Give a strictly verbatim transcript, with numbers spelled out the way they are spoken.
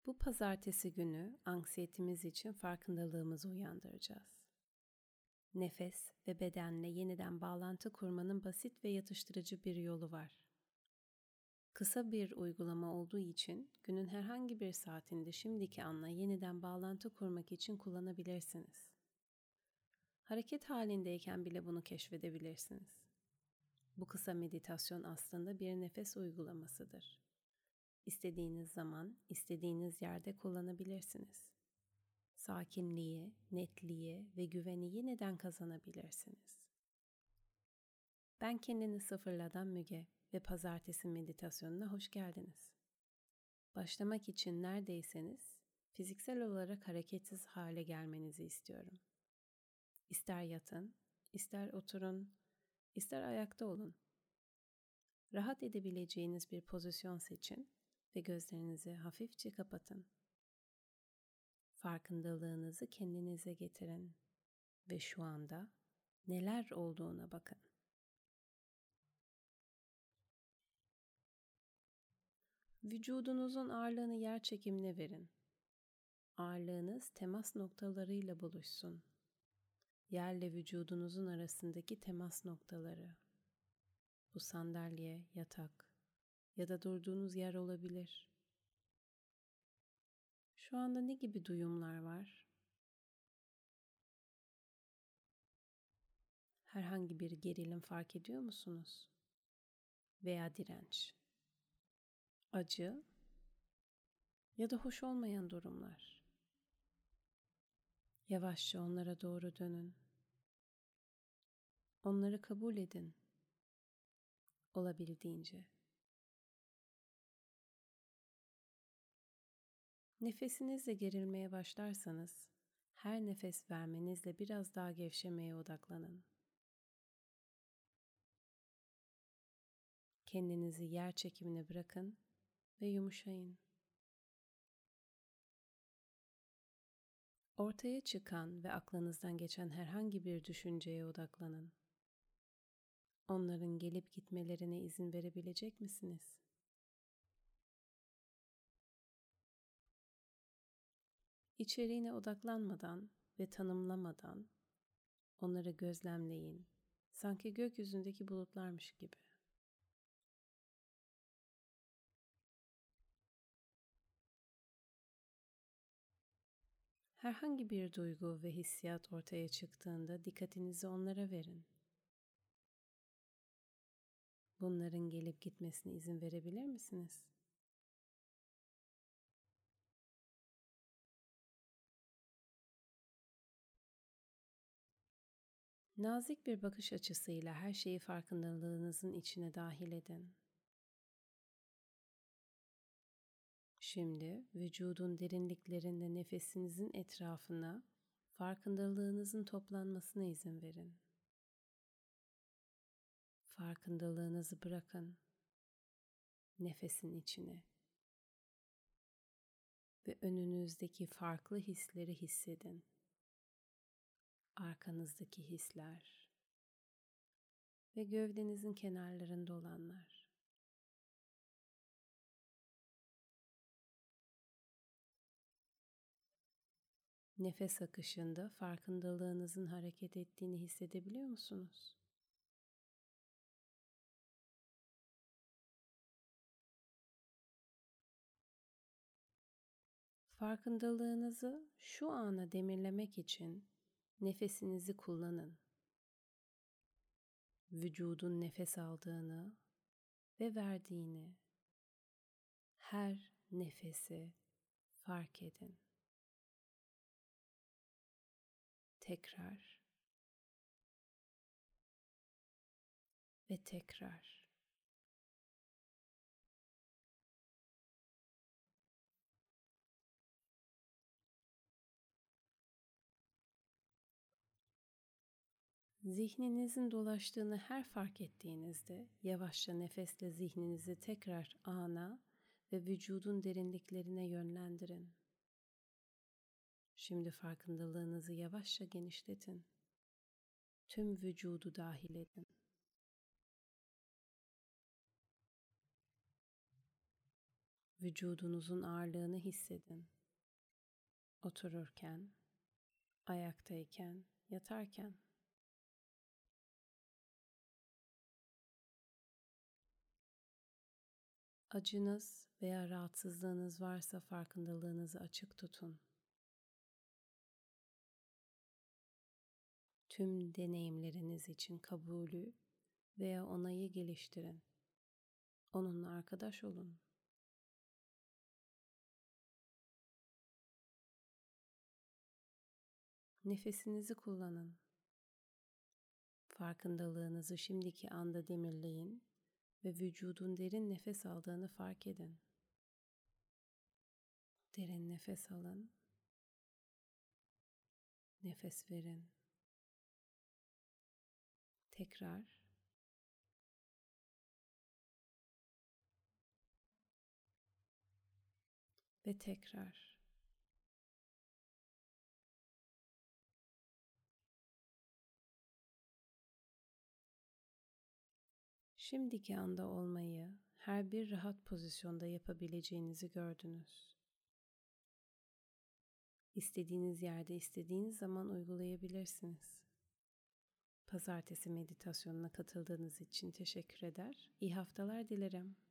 Bu pazartesi günü anksiyetemiz için farkındalığımızı uyandıracağız. Nefes ve bedenle yeniden bağlantı kurmanın basit ve yatıştırıcı bir yolu var. Kısa bir uygulama olduğu için günün herhangi bir saatinde şimdiki anla yeniden bağlantı kurmak için kullanabilirsiniz. Hareket halindeyken bile bunu keşfedebilirsiniz. Bu kısa meditasyon aslında bir nefes uygulamasıdır. İstediğiniz zaman, istediğiniz yerde kullanabilirsiniz. Sakinliği, netliği ve güveni yeniden kazanabilirsiniz. Ben kendini sıfırladan Müge ve pazartesi meditasyonuna hoş geldiniz. Başlamak için neredeyseniz fiziksel olarak hareketsiz hale gelmenizi istiyorum. İster yatın, ister oturun, ister ayakta olun. Rahat edebileceğiniz bir pozisyon seçin ve gözlerinizi hafifçe kapatın. Farkındalığınızı kendinize getirin ve şu anda neler olduğuna bakın. Vücudunuzun ağırlığını yer çekimine verin. Ağırlığınız temas noktalarıyla buluşsun. Yerle vücudunuzun arasındaki temas noktaları. Bu sandalye, yatak ya da durduğunuz yer olabilir. Şu anda ne gibi duyumlar var? Herhangi bir gerilim fark ediyor musunuz? Veya direnç, acı ya da hoş olmayan durumlar. Yavaşça onlara doğru dönün. Onları kabul edin. Olabildiğince. Nefesinizle gerilmeye başlarsanız, her nefes vermenizle biraz daha gevşemeye odaklanın. Kendinizi yer çekimine bırakın ve yumuşayın. Ortaya çıkan ve aklınızdan geçen herhangi bir düşünceye odaklanın. Onların gelip gitmelerine izin verebilecek misiniz? İçeriğine odaklanmadan ve tanımlamadan onları gözlemleyin, sanki gökyüzündeki bulutlarmış gibi. Herhangi bir duygu ve hissiyat ortaya çıktığında dikkatinizi onlara verin. Bunların gelip gitmesine izin verebilir misiniz? Nazik bir bakış açısıyla her şeyi farkındalığınızın içine dahil edin. Şimdi vücudun derinliklerinde nefesinizin etrafına farkındalığınızın toplanmasına izin verin. Farkındalığınızı bırakın nefesin içine ve önünüzdeki farklı hisleri hissedin. Arkanızdaki hisler ve gövdenizin kenarlarında olanlar. Nefes akışında farkındalığınızın hareket ettiğini hissedebiliyor musunuz? Farkındalığınızı şu ana demirlemek için nefesinizi kullanın. Vücudun nefes aldığını ve verdiğini, her nefesi fark edin. Tekrar ve tekrar. Zihninizin dolaştığını her fark ettiğinizde yavaşça nefesle zihninizi tekrar ana ve vücudun derinliklerine yönlendirin. Şimdi farkındalığınızı yavaşça genişletin. Tüm vücudu dahil edin. Vücudunuzun ağırlığını hissedin. Otururken, ayaktayken, yatarken. Acınız veya rahatsızlığınız varsa farkındalığınızı açık tutun. Tüm deneyimleriniz için kabulü veya onayı geliştirin. Onunla arkadaş olun. Nefesinizi kullanın. Farkındalığınızı şimdiki anda demirleyin ve vücudun derin nefes aldığını fark edin. Derin nefes alın. Nefes verin. Tekrar. Ve tekrar. Şimdiki anda olmayı her bir rahat pozisyonda yapabileceğinizi gördünüz. İstediğiniz yerde, istediğiniz zaman uygulayabilirsiniz. Pazartesi meditasyonuna katıldığınız için teşekkür eder. İyi haftalar dilerim.